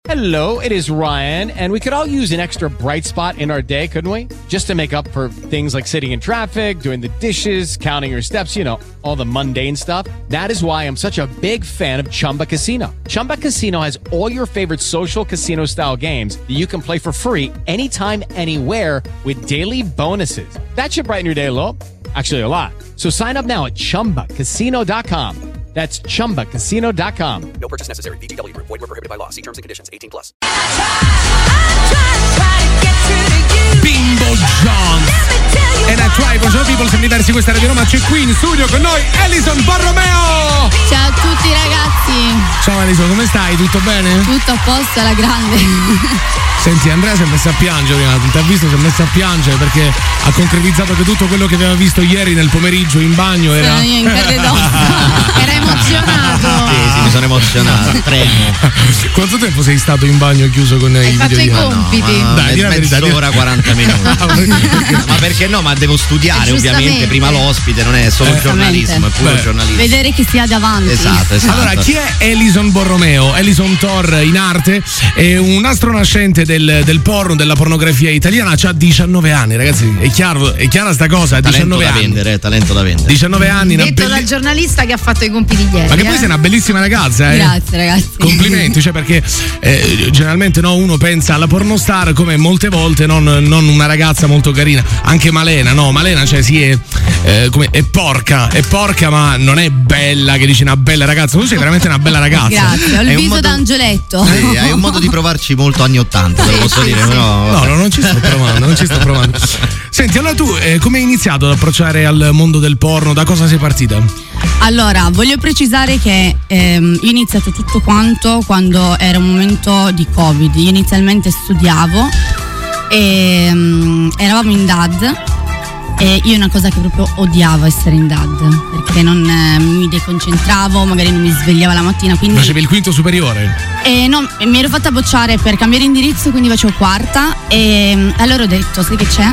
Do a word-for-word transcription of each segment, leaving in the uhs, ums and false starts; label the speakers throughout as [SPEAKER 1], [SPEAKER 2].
[SPEAKER 1] Hello, it is Ryan, and we could all use an extra bright spot in our day, couldn't we? Just to make up for things like sitting in traffic, doing the dishes, counting your steps, you know, all the mundane stuff. That is why I'm such a big fan of Chumba Casino. Chumba Casino has all your favorite social casino-style games that you can play for free anytime, anywhere with daily bonuses. That should brighten your day a little. Actually, a lot. So sign up now at chumba casino dot com. That's chumba casino dot com.
[SPEAKER 2] No purchase necessary. V G W Group. Void where prohibited by law. See terms and conditions. eighteen plus.
[SPEAKER 3] Bimbo Jones and I try. Buongiorno people, siamo diversi, questa è Radio Roma. C'è qui in studio con noi Elison Borromeo.
[SPEAKER 4] Ciao a tutti ragazzi.
[SPEAKER 3] Ciao Elison, come stai? Tutto bene?
[SPEAKER 4] Tutto a posto, alla grande.
[SPEAKER 3] Senti, Andrea si è messa a piangere prima, ti ha visto, si è messa a piangere perché ha concretizzato che tutto quello che aveva visto ieri nel pomeriggio in bagno era...
[SPEAKER 4] Sono io in carne d'ossa. Era emozionato.
[SPEAKER 5] Sì, sì, mi sono emozionato, tremo.
[SPEAKER 3] Quanto tempo sei stato in bagno chiuso con
[SPEAKER 4] Hai
[SPEAKER 3] i
[SPEAKER 4] fatto
[SPEAKER 3] video?
[SPEAKER 4] i compiti?
[SPEAKER 5] No, no,
[SPEAKER 3] Dai, di la verità,
[SPEAKER 5] mezz'ora,
[SPEAKER 3] di-
[SPEAKER 5] quaranta minuti. Ma perché no? Ma devo studiare, ovviamente. Prima l'ospite, non è solo
[SPEAKER 3] Eh,
[SPEAKER 5] giornalismo, è puro
[SPEAKER 3] Beh.
[SPEAKER 5] giornalismo.
[SPEAKER 4] Vedere chi si ha davanti.
[SPEAKER 5] Esatto, esatto.
[SPEAKER 3] Allora, chi è Elison Borromeo? Elison Thor in arte, è un astro nascente del, del porno, della pornografia italiana, ha diciannove anni, ragazzi, è chiaro, è chiara sta cosa,
[SPEAKER 5] Talento
[SPEAKER 3] diciannove
[SPEAKER 5] da
[SPEAKER 3] anni.
[SPEAKER 5] vendere, talento da vendere.
[SPEAKER 3] diciannove anni, una
[SPEAKER 6] Detto
[SPEAKER 3] belli-
[SPEAKER 6] dal giornalista che ha fatto i compiti ieri.
[SPEAKER 3] Ma che poi
[SPEAKER 6] eh?
[SPEAKER 3] sei una bellissima ragazza, eh?
[SPEAKER 4] Grazie ragazzi.
[SPEAKER 3] Complimenti, cioè perché eh, generalmente no, uno pensa alla pornostar come molte volte non, non una ragazza molto carina, anche Malena, no, Malena cioè sì è, eh, come, è porca, è porca ma non è bella che dici una bella ragazza, tu sei veramente una bella ragazza.
[SPEAKER 4] Grazie, ho il
[SPEAKER 5] È un
[SPEAKER 4] viso
[SPEAKER 5] modo-
[SPEAKER 4] d'angioletto.
[SPEAKER 5] Sì, hai un modo di provarci molto anni ottanta, te lo posso dire, però
[SPEAKER 3] No, no, non ci sto provando, non ci sto provando. Senti, allora tu eh, come hai iniziato ad approcciare al mondo del porno? Da cosa sei partita?
[SPEAKER 4] Allora, voglio precisare che ehm, io ho iniziato tutto quanto quando era un momento di Covid. Io inizialmente studiavo e ehm, eravamo in D A D e io è una cosa che proprio odiavo essere in D A D perché non eh, mi deconcentravo, magari non mi svegliavo la mattina, quindi
[SPEAKER 3] Facevi il quinto superiore?
[SPEAKER 4] e no, mi ero fatta bocciare per cambiare indirizzo, quindi facevo quarta e mm, allora ho detto, sai che c'è?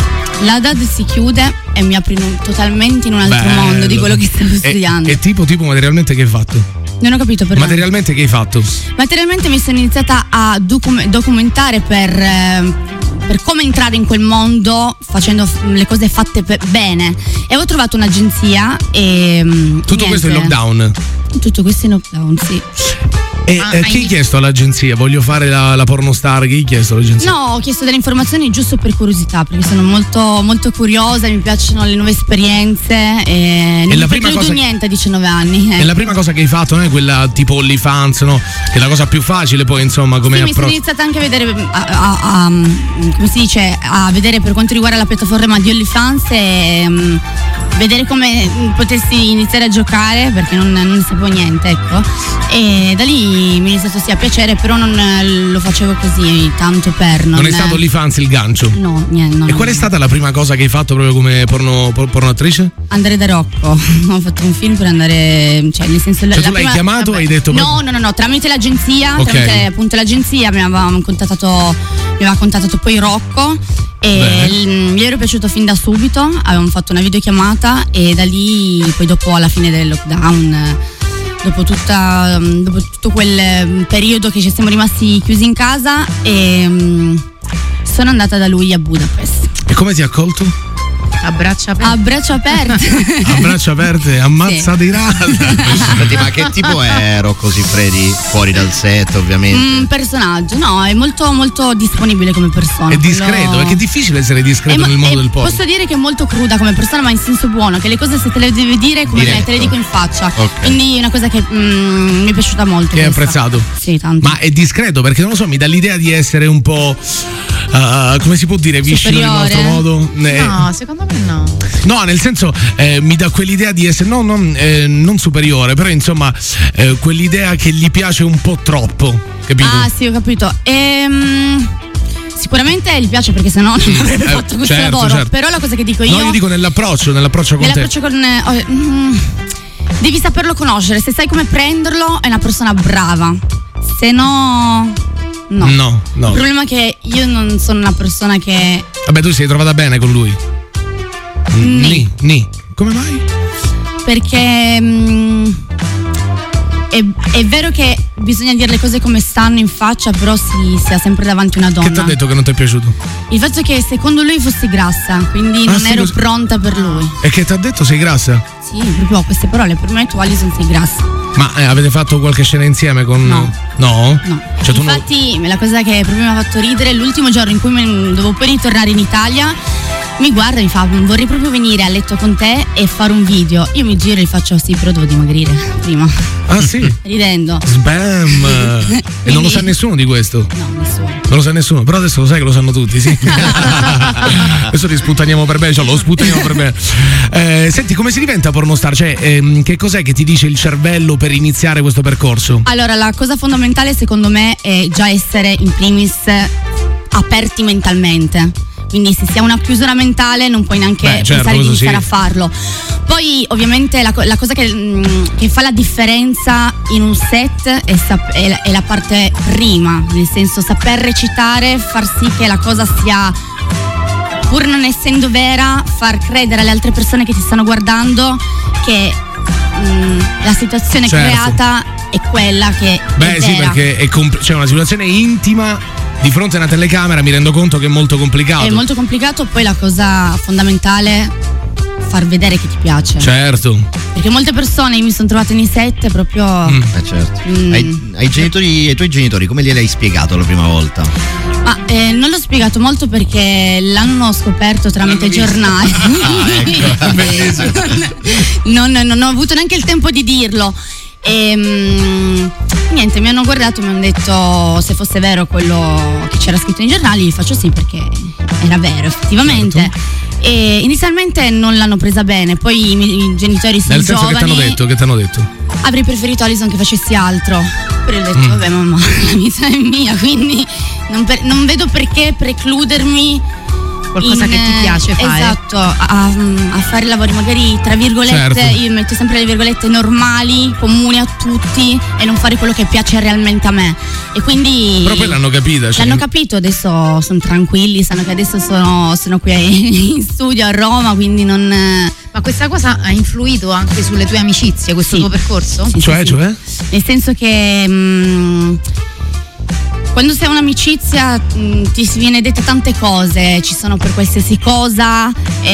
[SPEAKER 4] La D A D si chiude e mi apri in un- totalmente in un altro
[SPEAKER 3] Bello.
[SPEAKER 4] mondo di quello che stavo
[SPEAKER 3] E-
[SPEAKER 4] studiando.
[SPEAKER 3] E, tipo, tipo materialmente che hai fatto?
[SPEAKER 4] Non ho capito per
[SPEAKER 3] Materialmente che hai fatto?
[SPEAKER 4] Materialmente mi sono iniziata a docu- documentare per, eh, per come entrare in quel mondo facendo f- le cose fatte pe- bene e ho trovato un'agenzia e mm,
[SPEAKER 3] Tutto questo in
[SPEAKER 4] niente.
[SPEAKER 3] lockdown?
[SPEAKER 4] Tutto questo in lockdown, sì.
[SPEAKER 3] E
[SPEAKER 6] Ah,
[SPEAKER 3] eh, chi
[SPEAKER 6] hai-
[SPEAKER 3] hai chiesto all'agenzia? Voglio fare la, la pornostar, chi hai chiesto all'agenzia?
[SPEAKER 4] No, ho chiesto delle informazioni giusto per curiosità, perché sono molto, molto curiosa, mi piacciono le nuove esperienze e non
[SPEAKER 3] la
[SPEAKER 4] mi
[SPEAKER 3] prima
[SPEAKER 4] precludo
[SPEAKER 3] cosa-
[SPEAKER 4] niente a diciannove anni.
[SPEAKER 3] E
[SPEAKER 4] eh.
[SPEAKER 3] la prima cosa che hai fatto non è quella tipo OnlyFans, no? Che è la cosa più facile poi insomma come
[SPEAKER 4] Sì, mi sono
[SPEAKER 3] approccio.
[SPEAKER 4] iniziata anche a vedere, a, a- a- come si dice, a vedere per quanto riguarda la piattaforma di OnlyFans e um, vedere come potessi iniziare a giocare perché non, non ne sapevo niente, ecco. E da lì mi è iniziato sì a piacere, però non eh, lo facevo così tanto per. Non,
[SPEAKER 3] Non è stato OnlyFans il gancio?
[SPEAKER 4] No, niente. No,
[SPEAKER 3] E qual è
[SPEAKER 4] no.
[SPEAKER 3] stata la prima cosa che hai fatto proprio come porno, por- pornoattrice?
[SPEAKER 4] Andare da Rocco. Ho fatto un film per andare, cioè nel senso
[SPEAKER 3] Cioè,
[SPEAKER 4] la
[SPEAKER 3] tu l'hai
[SPEAKER 4] prima-
[SPEAKER 3] chiamato e hai detto
[SPEAKER 4] No,
[SPEAKER 3] proprio-
[SPEAKER 4] no, no, no, tramite l'agenzia,
[SPEAKER 3] Ok.
[SPEAKER 4] tramite appunto l'agenzia mi aveva contattato mi aveva contattato poi Rocco e
[SPEAKER 3] Bene.
[SPEAKER 4] l- gli ero piaciuto fin da subito, avevamo fatto una videochiamata e da lì poi dopo alla fine del lockdown eh, dopo, tutta, dopo tutto quel eh, periodo che ci siamo rimasti chiusi in casa e mm, sono andata da lui a Budapest
[SPEAKER 3] E come ti ha accolto?
[SPEAKER 6] A braccia aperte.
[SPEAKER 4] a braccia aperte.
[SPEAKER 3] A braccia aperte, ammazza di rada.
[SPEAKER 5] Senti, ma che tipo è Rocco Siffredi fuori dal set, ovviamente?
[SPEAKER 4] Un personaggio, no, è molto molto disponibile come persona.
[SPEAKER 3] È discreto,
[SPEAKER 4] quello-
[SPEAKER 3] perché è difficile essere discreto
[SPEAKER 4] È mo-
[SPEAKER 3] nel mondo
[SPEAKER 4] è-
[SPEAKER 3] del porno.
[SPEAKER 4] Posso dire che è molto cruda come persona, ma in senso buono, che le cose se te le devi dire come me,
[SPEAKER 5] Diretto.
[SPEAKER 4] te le dico in faccia.
[SPEAKER 5] Ok.
[SPEAKER 4] Quindi è una cosa che mm, mi è piaciuta molto.
[SPEAKER 3] Che hai
[SPEAKER 4] questa.
[SPEAKER 3] apprezzato?
[SPEAKER 4] Sì, tanto.
[SPEAKER 3] Ma è discreto perché non lo so, mi dà l'idea di essere un po'. uh, come si può dire, viscido nel
[SPEAKER 4] Superiore?
[SPEAKER 3] nostro modo? Eh,
[SPEAKER 6] No, secondo me no.
[SPEAKER 3] No, nel senso eh, mi dà quell'idea di essere no, non, eh, non superiore, però insomma eh, quell'idea che gli piace un po' troppo, capito?
[SPEAKER 4] Ah, sì, ho capito. Ehm, sicuramente gli piace perché sennò non avrebbe
[SPEAKER 3] Eh,
[SPEAKER 4] fatto questo
[SPEAKER 3] certo,
[SPEAKER 4] lavoro.
[SPEAKER 3] certo.
[SPEAKER 4] Però la cosa che dico io.
[SPEAKER 3] No, io dico nell'approccio, nell'approccio con te.
[SPEAKER 4] nell'approccio con. eh, oh, mm, devi saperlo conoscere. Se sai come prenderlo, è una persona brava. Se no. No.
[SPEAKER 3] No, no.
[SPEAKER 4] Il problema è che io non sono una persona che.
[SPEAKER 3] Vabbè, tu sei trovata bene con lui? Ni, ni. Come mai?
[SPEAKER 4] Perché mm, è, è vero che bisogna dire le cose come stanno in faccia, però si, si ha sempre davanti una donna.
[SPEAKER 3] Che ti ha detto che non ti è piaciuto?
[SPEAKER 4] Il fatto che secondo lui fossi grassa, quindi
[SPEAKER 3] Ah,
[SPEAKER 4] non
[SPEAKER 3] sì,
[SPEAKER 4] ero
[SPEAKER 3] cos-
[SPEAKER 4] pronta per lui.
[SPEAKER 3] E che ti ha detto sei grassa?
[SPEAKER 4] Sì, proprio queste parole, per me tu Alison sei grassa.
[SPEAKER 3] Ma eh, avete fatto qualche scena insieme con...
[SPEAKER 4] No.
[SPEAKER 3] No?
[SPEAKER 4] No.
[SPEAKER 3] Cioè, tu non-
[SPEAKER 4] Infatti la cosa che proprio mi ha fatto ridere, l'ultimo giorno in cui me- dovevo poi ritornare in Italia, mi guarda e mi fa: vorrei proprio venire a letto con te e fare un video. Io mi giro e gli faccio: sì, però devo dimagrire prima.
[SPEAKER 3] Ah sì?
[SPEAKER 4] Ridendo.
[SPEAKER 3] Sbam! E non lo sa nessuno di questo?
[SPEAKER 4] No, nessuno.
[SPEAKER 3] Non lo sa nessuno, però adesso lo sai che lo sanno tutti, sì. Adesso li sputtaniamo per bene, cioè lo sputtaniamo per bene. Eh, senti, come si diventa pornostar? Cioè, ehm, che cos'è che ti dice il cervello per iniziare questo percorso?
[SPEAKER 4] Allora, la cosa fondamentale secondo me è già essere in primis aperti mentalmente. Quindi se si ha una chiusura mentale non puoi neanche
[SPEAKER 3] Beh, certo,
[SPEAKER 4] pensare di
[SPEAKER 3] questo
[SPEAKER 4] iniziare
[SPEAKER 3] sì.
[SPEAKER 4] a farlo. Poi ovviamente la, co- la cosa che, mh, che fa la differenza in un set è, sap- è la, è la parte prima, nel senso saper recitare, far sì che la cosa sia, pur non essendo vera, far credere alle altre persone che ti stanno guardando che mh, la situazione
[SPEAKER 3] Certo.
[SPEAKER 4] creata è quella che
[SPEAKER 3] Beh
[SPEAKER 4] è
[SPEAKER 3] sì,
[SPEAKER 4] vera.
[SPEAKER 3] perché è compl- c'è una situazione intima di fronte a una telecamera, mi rendo conto che è molto complicato.
[SPEAKER 4] È molto complicato, poi la cosa fondamentale far vedere che ti piace.
[SPEAKER 3] Certo.
[SPEAKER 4] Perché molte persone, io mi sono trovata nei set proprio
[SPEAKER 3] Mm.
[SPEAKER 5] Eh certo.
[SPEAKER 4] Mm.
[SPEAKER 5] Ai, ai genitori, ai tuoi genitori, come gliel'hai hai spiegato la prima volta?
[SPEAKER 4] Ma eh, non l'ho spiegato molto perché l'hanno scoperto tramite i giornali.
[SPEAKER 5] Ah, ecco, bellissimo.
[SPEAKER 4] non, non ho avuto neanche il tempo di dirlo. E mm, niente, mi hanno guardato e mi hanno detto se fosse vero quello che c'era scritto nei giornali. Gli faccio sì, perché era vero effettivamente.
[SPEAKER 3] Certo.
[SPEAKER 4] E inizialmente non l'hanno presa bene, poi i miei genitori sono
[SPEAKER 3] Nel senso
[SPEAKER 4] giovani.
[SPEAKER 3] che ti hanno detto, che ti hanno detto.
[SPEAKER 4] Avrei preferito Alison che facessi altro. Però ho detto,
[SPEAKER 3] Mm.
[SPEAKER 4] vabbè mamma, la vita è mia, quindi non, per- non vedo perché precludermi
[SPEAKER 6] Qualcosa
[SPEAKER 4] in-
[SPEAKER 6] che ti piace fare.
[SPEAKER 4] Esatto, a, a fare lavori magari tra virgolette,
[SPEAKER 3] Certo.
[SPEAKER 4] io metto sempre le virgolette normali, comuni a tutti e non fare quello che piace realmente a me. E quindi
[SPEAKER 3] Però poi l'hanno capita. Cioè,
[SPEAKER 4] l'hanno capito, adesso sono tranquilli, sanno che adesso sono, sono qui in studio a Roma, quindi non...
[SPEAKER 6] Ma questa cosa ha influito anche sulle tue amicizie, questo
[SPEAKER 4] Sì.
[SPEAKER 6] tuo percorso?
[SPEAKER 4] Sì,
[SPEAKER 3] Cioè,
[SPEAKER 4] sì, sì.
[SPEAKER 3] cioè?
[SPEAKER 4] Nel senso che mh, quando sei un'amicizia mh, ti si viene dette tante cose, ci sono per qualsiasi cosa,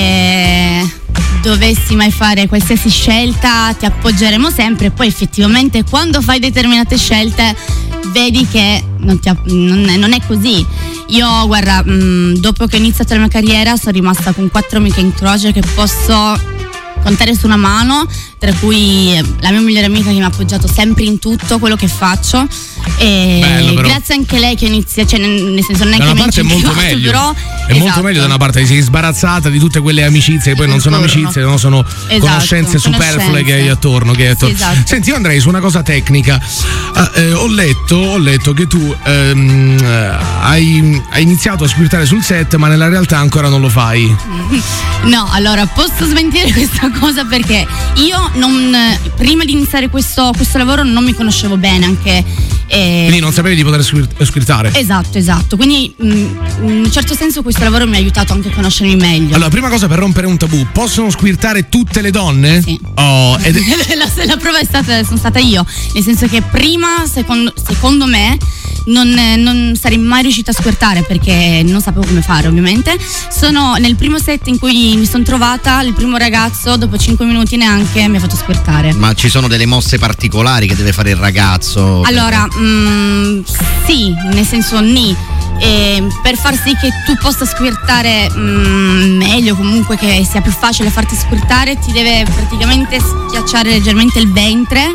[SPEAKER 4] e dovessi mai fare qualsiasi scelta ti appoggeremo sempre, e poi effettivamente quando fai determinate scelte vedi che non, ti app- non, è, non è così. Io guarda, mh, dopo che ho iniziato la mia carriera sono rimasta con quattro amiche in croce che posso contare su una mano, tra cui la mia migliore amica che mi ha appoggiato sempre in tutto quello che faccio, e
[SPEAKER 3] Bello, però.
[SPEAKER 4] grazie anche a lei che inizia, cioè nel, nel senso non è
[SPEAKER 3] Da
[SPEAKER 4] che
[SPEAKER 3] una
[SPEAKER 4] mi ha
[SPEAKER 3] parte è molto
[SPEAKER 4] incentivato,
[SPEAKER 3] meglio.
[SPEAKER 4] però
[SPEAKER 3] È molto
[SPEAKER 4] esatto.
[SPEAKER 3] meglio da una parte, ti sei sbarazzata di tutte quelle amicizie che poi non sono
[SPEAKER 6] Intorno.
[SPEAKER 3] amicizie, no? Sono
[SPEAKER 4] Esatto,
[SPEAKER 3] conoscenze superflue
[SPEAKER 4] conoscenze.
[SPEAKER 3] che hai attorno. Che hai attorno.
[SPEAKER 4] Sì, esatto.
[SPEAKER 3] Senti, io andrei su una cosa tecnica. Ah, eh, ho letto, ho letto che tu ehm, eh, hai, hai iniziato a squirtare sul set, ma nella realtà ancora non lo fai.
[SPEAKER 4] No, allora posso smentire questa cosa perché io non, prima di iniziare questo, questo lavoro non mi conoscevo bene anche. eh,
[SPEAKER 3] Quindi non sapevi di poter squir- squirtare.
[SPEAKER 4] Esatto, esatto. Quindi mh, in un certo senso questo lavoro mi ha aiutato anche a conoscermi meglio.
[SPEAKER 3] Allora, prima cosa per rompere un tabù, possono squirtare tutte le donne?
[SPEAKER 4] Sì.
[SPEAKER 3] Oh, ed-
[SPEAKER 4] la, la prova è stata, sono stata io, nel senso che prima, secondo, secondo me, non, non sarei mai riuscita a squirtare perché non sapevo come fare, ovviamente. Sono nel primo set in cui mi sono trovata, il primo ragazzo, dopo cinque minuti neanche, mi ha fatto squirtare.
[SPEAKER 5] Ma ci sono delle mosse particolari che deve fare il ragazzo?
[SPEAKER 4] Allora, mm, sì, nel senso ni. E per far sì che tu possa squirtare mm, meglio, comunque che sia più facile farti squirtare, ti deve praticamente schiacciare leggermente il ventre.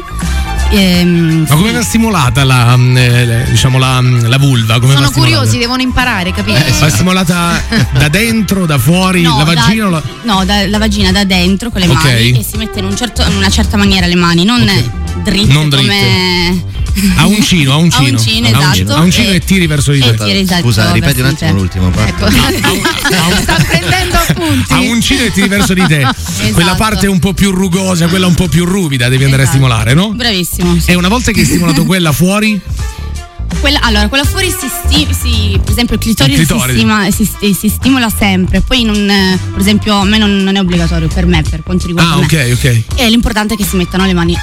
[SPEAKER 4] Ehm,
[SPEAKER 3] Ma come era stimolata la, eh, diciamo la, la vulva? Come
[SPEAKER 6] Sono
[SPEAKER 3] va stimolata?
[SPEAKER 6] curiosi, devono imparare, capito?
[SPEAKER 3] Va stimolata da dentro, da fuori,
[SPEAKER 4] no,
[SPEAKER 3] la
[SPEAKER 4] da-
[SPEAKER 3] vagina o la...
[SPEAKER 4] no, da- la vagina da dentro con le
[SPEAKER 3] Ok.
[SPEAKER 4] mani, e si mette in, un certo- in una certa maniera le mani, non
[SPEAKER 3] Ok.
[SPEAKER 4] dritte,
[SPEAKER 3] Non dritte.
[SPEAKER 4] come
[SPEAKER 3] A uncino, a uncino.
[SPEAKER 4] A uncino,
[SPEAKER 3] A
[SPEAKER 4] esatto.
[SPEAKER 3] uncino. A uncino e tiri verso di
[SPEAKER 4] e
[SPEAKER 3] te.
[SPEAKER 4] tiri, esatto,
[SPEAKER 5] Scusa, ripeti un
[SPEAKER 4] verso di
[SPEAKER 5] attimo
[SPEAKER 4] te.
[SPEAKER 5] l'ultima parte.
[SPEAKER 6] Ecco, sta prendendo appunti.
[SPEAKER 3] A uncino e tiri verso di te. Quella parte un po' più rugosa, quella un po' più ruvida devi andare
[SPEAKER 4] Esatto.
[SPEAKER 3] a stimolare, no?
[SPEAKER 4] Bravissimo, sì.
[SPEAKER 3] E una volta che hai stimolato quella fuori,
[SPEAKER 4] Quella, allora, quella fuori si, sti- si per esempio il clitoride,
[SPEAKER 3] Il clitoride.
[SPEAKER 4] Si, stima- si, sti- si stimola sempre, poi non, eh, per esempio a me non, non è obbligatorio, per me, per quanto riguarda
[SPEAKER 3] ah,
[SPEAKER 4] me.
[SPEAKER 3] ok, ok.
[SPEAKER 4] E l'importante è che si mettano le mani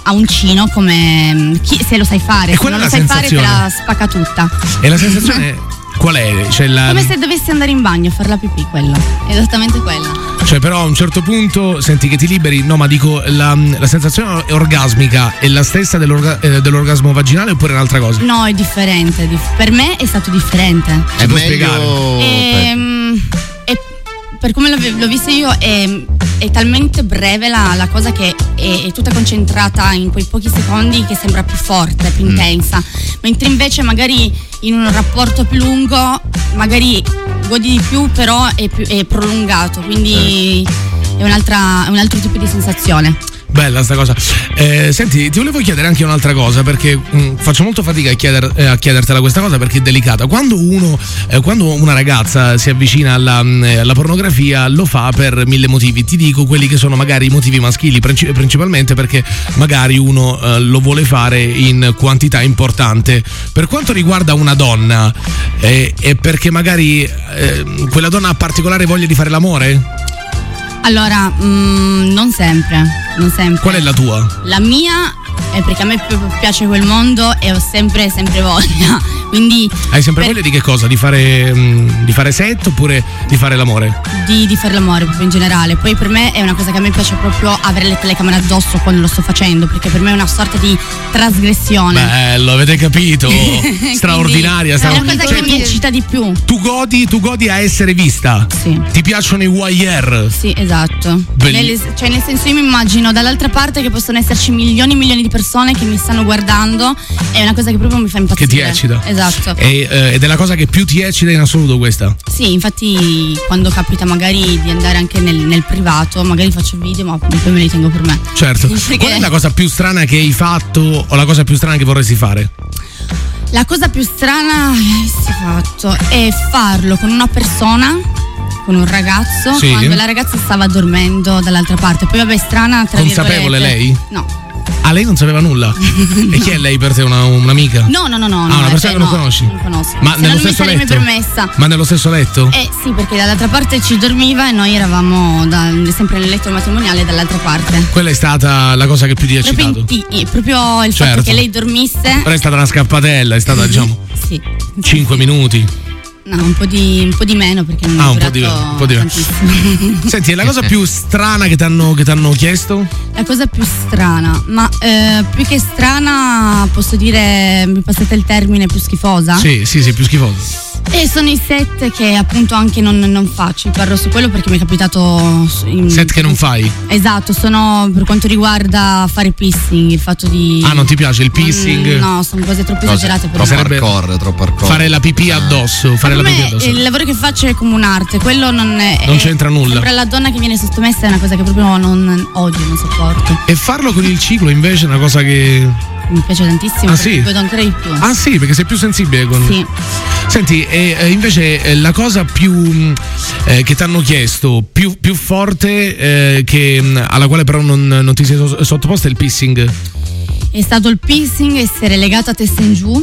[SPEAKER 4] a uncino come chi, se lo sai fare,
[SPEAKER 3] E
[SPEAKER 4] se
[SPEAKER 3] qual è
[SPEAKER 4] non
[SPEAKER 3] la
[SPEAKER 4] lo sai fare te
[SPEAKER 3] sensazione?
[SPEAKER 4] la spacca tutta.
[SPEAKER 3] E la sensazione qual è? Cioè, la,
[SPEAKER 4] Come se dovessi andare in bagno a fare la pipì, quella. Esattamente quella.
[SPEAKER 3] cioè, però a un certo punto senti che ti liberi, no, ma dico la, la sensazione orgasmica è la stessa dell'orga- eh, dell'orgasmo vaginale oppure è un'altra cosa?
[SPEAKER 4] No, è differente. dif- per me è stato differente.
[SPEAKER 5] È
[SPEAKER 3] può
[SPEAKER 5] meglio.
[SPEAKER 4] Ehm, e per come l'ho, l'ho visto io è, è talmente breve la, la cosa che è, è tutta concentrata in quei pochi secondi che sembra più forte, più intensa, mentre invece magari in un rapporto più lungo magari godi di più, però è, più, è prolungato, quindi è, un'altra, è un altro tipo di sensazione.
[SPEAKER 3] Bella sta cosa. Eh, senti, ti volevo chiedere anche un'altra cosa, perché mh, faccio molto fatica a, chieder, eh, a chiedertela questa cosa perché è delicata. Quando uno, eh, quando una ragazza si avvicina alla, mh, alla pornografia lo fa per mille motivi. Ti dico quelli che sono magari i motivi maschili, princi- principalmente perché magari uno eh, lo vuole fare in quantità importante. Per quanto riguarda una donna, eh, è perché magari eh, quella donna ha particolare voglia di fare l'amore?
[SPEAKER 4] Allora, mm, non sempre, non sempre.
[SPEAKER 3] Qual è la tua?
[SPEAKER 4] La mia è perché a me pi- piace quel mondo e ho sempre, sempre voglia. Quindi
[SPEAKER 3] Hai sempre
[SPEAKER 4] per-
[SPEAKER 3] voglia di che cosa? Di fare, mh, di fare set oppure di fare l'amore?
[SPEAKER 4] di, di fare l'amore proprio in generale. Poi per me è una cosa che a me piace proprio avere le telecamere addosso quando lo sto facendo, perché per me è una sorta di trasgressione.
[SPEAKER 3] Bello, avete capito?
[SPEAKER 4] Quindi
[SPEAKER 3] Straordinaria.
[SPEAKER 4] è
[SPEAKER 3] Stra-
[SPEAKER 4] una cosa
[SPEAKER 3] cioè,
[SPEAKER 4] che mi eccita di più.
[SPEAKER 3] tu godi, tu godi a essere vista.
[SPEAKER 4] Sì.
[SPEAKER 3] Ti piacciono i voyeur?
[SPEAKER 4] Sì, esatto.
[SPEAKER 3] Belli-
[SPEAKER 4] Nel, cioè, nel senso, io mi immagino dall'altra parte che possono esserci milioni e milioni di persone che mi stanno guardando. È una cosa che proprio mi fa impazzire.
[SPEAKER 3] Che ti eccita.
[SPEAKER 4] Esatto.
[SPEAKER 3] E, eh, ed è la cosa che più ti eccita in assoluto questa.
[SPEAKER 4] Sì, infatti quando capita magari di andare anche nel, nel privato, magari faccio video, ma poi me li tengo per me.
[SPEAKER 3] Certo.
[SPEAKER 4] Perché
[SPEAKER 3] Qual è la cosa più strana che hai fatto o la cosa più strana che vorresti fare?
[SPEAKER 4] la cosa più strana che si è fatto è farlo con una persona, con un ragazzo,
[SPEAKER 3] Sì.
[SPEAKER 4] quando la ragazza stava dormendo dall'altra parte. Poi vabbè, strana tra
[SPEAKER 3] Consapevole
[SPEAKER 4] virgolette.
[SPEAKER 3] lei?
[SPEAKER 4] No.
[SPEAKER 3] Ah, lei non sapeva nulla? E chi è lei per te? Una, un'amica?
[SPEAKER 4] No, no, no, no.
[SPEAKER 3] Ah,
[SPEAKER 4] no,
[SPEAKER 3] una
[SPEAKER 4] eh,
[SPEAKER 3] persona che non
[SPEAKER 4] no,
[SPEAKER 3] conosci?
[SPEAKER 4] Non conosco.
[SPEAKER 3] Ma
[SPEAKER 4] Se
[SPEAKER 3] nello
[SPEAKER 4] non mi
[SPEAKER 3] stesso
[SPEAKER 4] sarei mai
[SPEAKER 3] letto?
[SPEAKER 4] permessa.
[SPEAKER 3] Ma nello stesso letto?
[SPEAKER 4] Eh sì, perché dall'altra parte ci dormiva e noi eravamo da- sempre nel letto matrimoniale dall'altra parte.
[SPEAKER 3] Quella è stata la cosa che più ti ha
[SPEAKER 4] Proprio,
[SPEAKER 3] eccitato.
[SPEAKER 4] in- i- proprio il
[SPEAKER 3] Certo.
[SPEAKER 4] fatto che lei dormisse.
[SPEAKER 3] Però è stata una scappatella, è stata diciamo
[SPEAKER 4] Sì.
[SPEAKER 3] cinque minuti.
[SPEAKER 4] No, un po' di, un po' di meno perché non
[SPEAKER 3] Ah,
[SPEAKER 4] è
[SPEAKER 3] un po' di
[SPEAKER 4] durato
[SPEAKER 3] meno, un po' di meno.
[SPEAKER 4] tantissimo.
[SPEAKER 3] Senti, è la cosa più strana che ti hanno, che t'hanno chiesto?
[SPEAKER 4] La cosa più strana, ma eh, più che strana posso dire, mi passate il termine, più schifosa?
[SPEAKER 3] Sì, sì, sì, più schifoso.
[SPEAKER 4] E sono i set che appunto anche non, non faccio, parlo su quello perché mi è capitato in-
[SPEAKER 3] Set che non fai?
[SPEAKER 4] Esatto, sono per quanto riguarda fare pissing, il fatto di...
[SPEAKER 3] Ah, non ti piace il pissing?
[SPEAKER 4] Mm, no, sono cose troppo
[SPEAKER 5] Cose
[SPEAKER 4] esagerate per
[SPEAKER 5] troppo
[SPEAKER 4] me.
[SPEAKER 3] Sarebbe-
[SPEAKER 5] hardcore, troppo hardcore.
[SPEAKER 3] Fare la pipì addosso, fare
[SPEAKER 4] Per
[SPEAKER 3] la pipì
[SPEAKER 4] me
[SPEAKER 3] addosso.
[SPEAKER 4] il lavoro che faccio è come un'arte, quello non è...
[SPEAKER 3] Non
[SPEAKER 4] è-
[SPEAKER 3] c'entra nulla.
[SPEAKER 4] Sembra la donna che viene sottomessa, è una cosa che proprio non odio, non sopporto.
[SPEAKER 3] E farlo con il ciclo invece è una cosa che...
[SPEAKER 4] Mi piace tantissimo,
[SPEAKER 3] Ah,
[SPEAKER 4] perché
[SPEAKER 3] sì?
[SPEAKER 4] vedo ancora di più.
[SPEAKER 3] Ah sì, perché sei più sensibile con...
[SPEAKER 4] Sì.
[SPEAKER 3] Senti, e eh, invece eh, la cosa più mh, eh, che ti hanno chiesto, più, più forte, eh, che, mh, alla quale però non, non ti sei so- sottoposta è il pissing.
[SPEAKER 4] È stato il piercing, essere legato a testa in giù.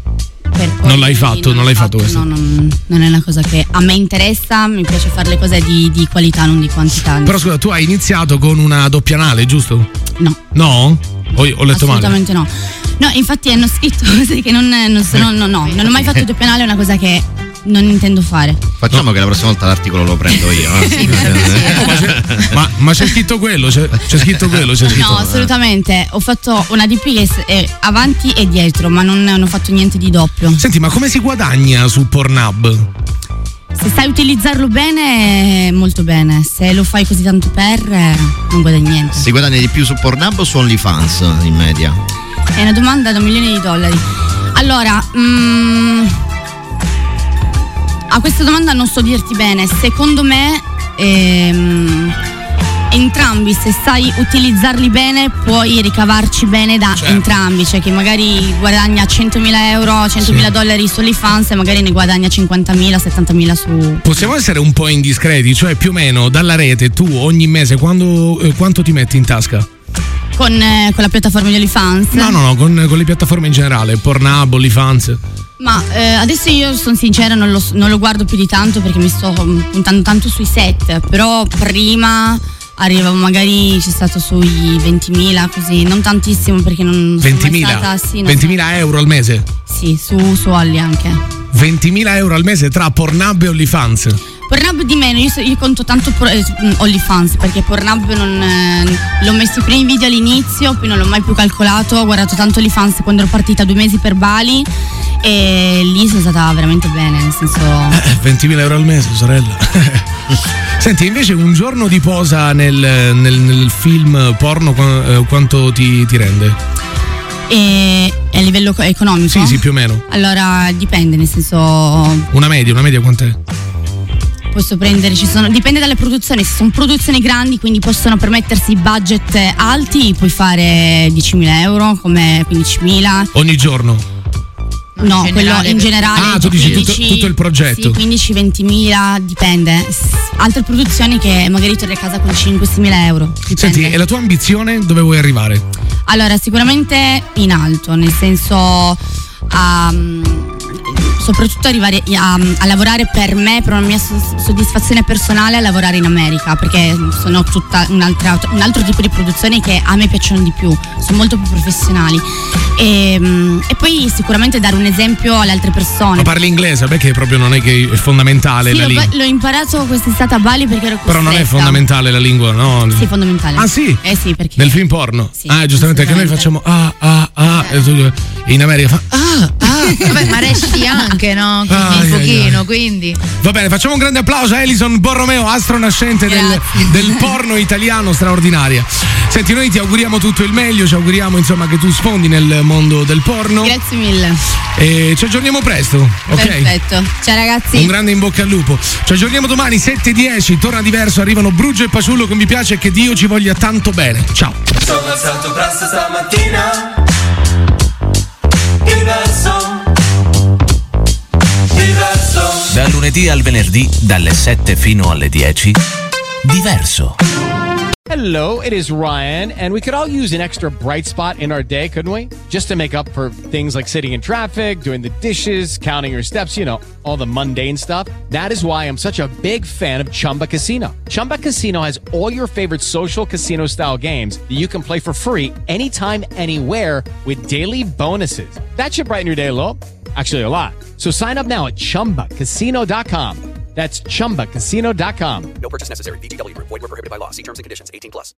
[SPEAKER 4] Per poi-
[SPEAKER 3] Non l'hai fatto, non l'hai fatto questo?
[SPEAKER 4] No, non, non è una cosa che a me interessa, mi piace fare le cose di, di qualità, non di quantità.
[SPEAKER 3] Però scusa, tu hai iniziato con una doppia anale, giusto?
[SPEAKER 4] No,
[SPEAKER 3] No? O ho letto male?
[SPEAKER 4] assolutamente no. No, infatti hanno scritto cose che non, non sono, no, no, non ho mai fatto doppia anale, è una cosa che non intendo fare.
[SPEAKER 5] Facciamo che la prossima volta l'articolo lo prendo io. eh?
[SPEAKER 6] Sì, mi sa di sì.
[SPEAKER 3] Ma c'è, ma, ma c'è scritto quello? C'è, c'è scritto quello? C'è scritto.
[SPEAKER 4] No, assolutamente. Ho fatto una D P che s- è avanti e dietro, ma non, non ho fatto niente di doppio.
[SPEAKER 3] Senti, ma come si guadagna su Pornhub?
[SPEAKER 4] Se sai utilizzarlo bene, molto bene. Se lo fai così tanto per, eh, non guadagni niente.
[SPEAKER 5] Si guadagna di più su Pornhub o su OnlyFans in media?
[SPEAKER 4] È una domanda da un milione di dollari. Allora, mm, a questa domanda non so dirti bene. Secondo me, ehm, entrambi, se sai utilizzarli bene, puoi ricavarci bene da
[SPEAKER 3] Certo.
[SPEAKER 4] entrambi. Cioè che magari guadagna centomila euro, centomila
[SPEAKER 3] Sì.
[SPEAKER 4] dollari su OnlyFans e magari ne guadagna cinquantamila, settantamila su...
[SPEAKER 3] Possiamo essere un po' indiscreti, cioè più o meno dalla rete tu ogni mese quando, eh, quanto ti metti in tasca?
[SPEAKER 4] Con, eh, con la piattaforma di OnlyFans.
[SPEAKER 3] No, no, no, con, con le piattaforme in generale, Pornhub, OnlyFans.
[SPEAKER 4] Ma eh, adesso io sono sincera, non lo, non lo guardo più di tanto perché mi sto mm, puntando tanto sui set, però prima arrivavo magari, c'è stato sui ventimila, così, non tantissimo perché non sono mai
[SPEAKER 3] ventimila?
[SPEAKER 4] stata, sì, non
[SPEAKER 3] ventimila euro al mese?
[SPEAKER 4] Sì, su, su Olli anche.
[SPEAKER 3] ventimila euro al mese tra Pornhub e OnlyFans?
[SPEAKER 4] Pornhub di meno, io, so- io conto tanto por- eh, OnlyFans perché Pornhub non eh, l'ho messo i primi video all'inizio, poi non l'ho mai più calcolato, ho guardato tanto OnlyFans quando ero partita due mesi per Bali e lì sono stata veramente bene, nel senso...
[SPEAKER 3] Eh, ventimila euro al mese, sorella. Senti, invece un giorno di posa nel, nel, nel film porno qu- eh, quanto ti, ti rende?
[SPEAKER 4] E a livello co- economico?
[SPEAKER 3] Sì, sì, più o meno.
[SPEAKER 4] Allora dipende, nel senso...
[SPEAKER 3] Una media, una media quant'è?
[SPEAKER 4] Posso prendere, ci sono, dipende dalle produzioni, se sono produzioni grandi quindi possono permettersi budget alti, puoi fare diecimila euro come quindicimila.
[SPEAKER 3] Ogni giorno?
[SPEAKER 4] No,
[SPEAKER 6] in
[SPEAKER 4] quello
[SPEAKER 6] generale,
[SPEAKER 4] in generale.
[SPEAKER 3] Ah, tu dici tutto,
[SPEAKER 4] quindici,
[SPEAKER 3] tutto il progetto?
[SPEAKER 4] Sì, quindici ventimila, dipende. S- Altre produzioni che magari torni a casa con cinque seimila euro. Dipende.
[SPEAKER 3] Senti, e la tua ambizione dove vuoi arrivare?
[SPEAKER 4] Allora, sicuramente in alto, nel senso um, soprattutto arrivare a, a lavorare per me, per una mia so- soddisfazione personale, a lavorare in America, perché sono tutta un'altra, un altro tipo di produzioni che a me piacciono di più, sono molto più professionali e, um, e poi sicuramente dare un esempio alle altre persone.
[SPEAKER 3] Ma parli inglese, perché proprio non è che è fondamentale
[SPEAKER 4] Sì,
[SPEAKER 3] la
[SPEAKER 4] l'ho,
[SPEAKER 3] lingua.
[SPEAKER 4] l'ho imparato quest'estate a Bali perché ero costretta.
[SPEAKER 3] Però non è fondamentale la lingua, no?
[SPEAKER 4] Sì, fondamentale.
[SPEAKER 3] Ah sì?
[SPEAKER 4] Eh sì, perché
[SPEAKER 3] Nel film porno?
[SPEAKER 4] Sì,
[SPEAKER 3] ah, giustamente, che noi facciamo ah, ah, ah, e tu- e in America fa ah, ah.
[SPEAKER 6] Vabbè, ma reciti anche, no? Quindi
[SPEAKER 3] Ai,
[SPEAKER 6] un
[SPEAKER 3] ai,
[SPEAKER 6] pochino,
[SPEAKER 3] ai.
[SPEAKER 6] quindi.
[SPEAKER 3] Va bene, facciamo un grande applauso a Elison Borromeo, astro nascente del,
[SPEAKER 4] Grazie.
[SPEAKER 3] del porno italiano, straordinaria. Senti, noi ti auguriamo tutto il meglio, ci auguriamo insomma che tu sfondi nel mondo del porno.
[SPEAKER 4] Grazie mille.
[SPEAKER 3] E ci aggiorniamo presto, ok?
[SPEAKER 4] Perfetto. Ciao ragazzi.
[SPEAKER 3] Un grande in bocca al lupo. Ci aggiorniamo domani sette e dieci, torna diverso, arrivano Brugio e Paciullo che mi piace e che Dio ci voglia tanto bene. Ciao.
[SPEAKER 7] Sono alzato presto stamattina. Diverso. Diverso.
[SPEAKER 8] Dal lunedì al venerdì, dalle sette fino alle dieci, Diverso.
[SPEAKER 1] Hello, it is Ryan, and we could all use an extra bright spot in our day, couldn't we? Just to make up for things like sitting in traffic, doing the dishes, counting your steps, you know, all the mundane stuff. That is why I'm such a big fan of Chumba Casino. Chumba Casino has all your favorite social casino style games that you can play for free anytime, anywhere with daily bonuses. That should brighten your day a little. Actually, a lot. So sign up now at chumba casino dot com. That's chumba casino dot com.
[SPEAKER 2] No purchase necessary. V G W Group. Void where prohibited by law. See terms and conditions. eighteen plus.